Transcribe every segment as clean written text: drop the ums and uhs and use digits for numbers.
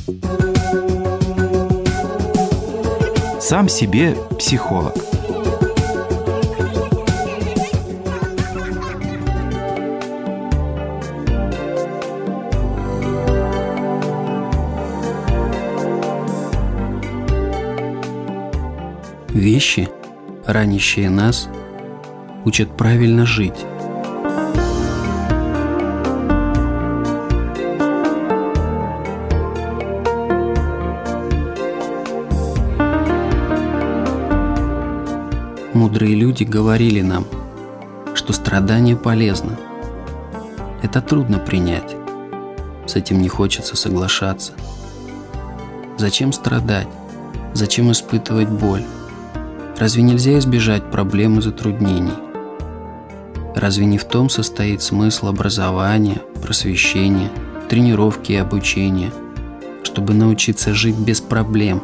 Сам себе психолог. Вещи, ранящие нас, учат правильно жить. Мудрые люди говорили нам, что страдание полезно. Это трудно принять. С этим не хочется соглашаться. Зачем страдать? Зачем испытывать боль? Разве нельзя избежать проблем и затруднений? Разве не в том состоит смысл образования, просвещения, тренировки и обучения, чтобы научиться жить без проблем,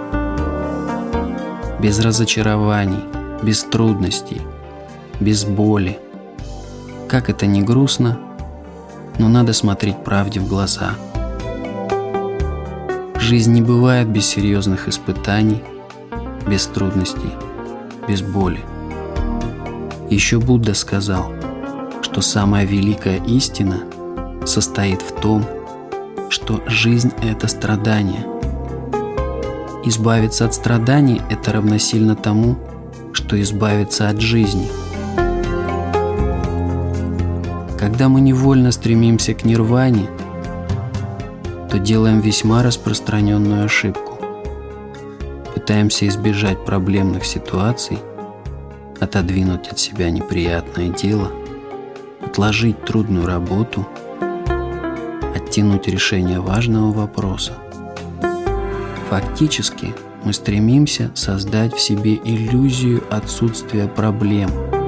без разочарований, без трудностей, без боли? Как это ни грустно, но надо смотреть правде в глаза. Жизнь не бывает без серьезных испытаний, без трудностей, без боли. Еще Будда сказал, что самая великая истина состоит в том, что жизнь – это страдание. Избавиться от страданий – это равносильно тому, что избавиться от жизни. Когда мы невольно стремимся к нирване, то делаем весьма распространенную ошибку. Пытаемся избежать проблемных ситуаций, отодвинуть от себя неприятное дело, отложить трудную работу, оттянуть решение важного вопроса. Фактически мы стремимся создать в себе иллюзию отсутствия проблем.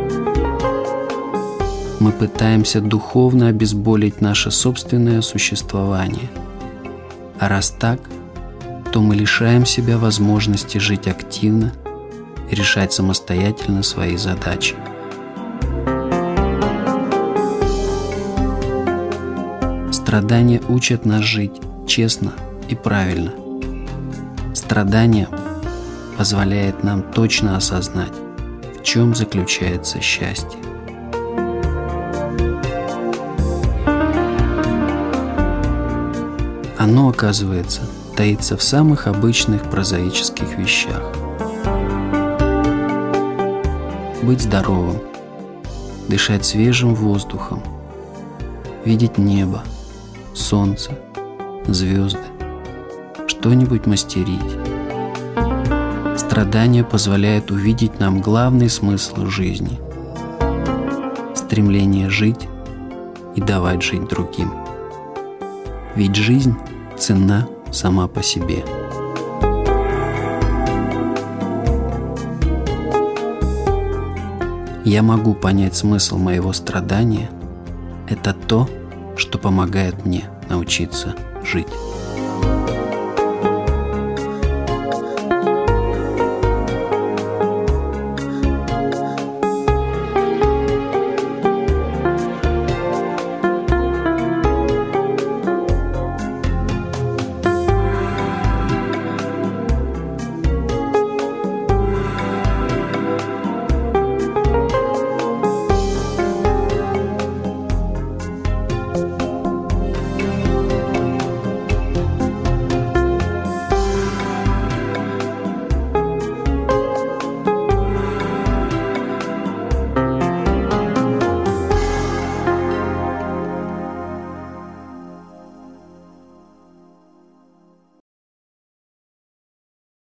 Мы пытаемся духовно обезболить наше собственное существование. А раз так, то мы лишаем себя возможности жить активно и решать самостоятельно свои задачи. Страдания учат нас жить честно и правильно. Страдание позволяет нам точно осознать, в чем заключается счастье. Оно, оказывается, таится в самых обычных прозаических вещах. Быть здоровым, дышать свежим воздухом, видеть небо, солнце, звезды, что-нибудь мастерить. Страдание позволяет увидеть нам главный смысл жизни – стремление жить и давать жить другим. Ведь жизнь ценна сама по себе. Я могу понять смысл моего страдания. Это то, что помогает мне научиться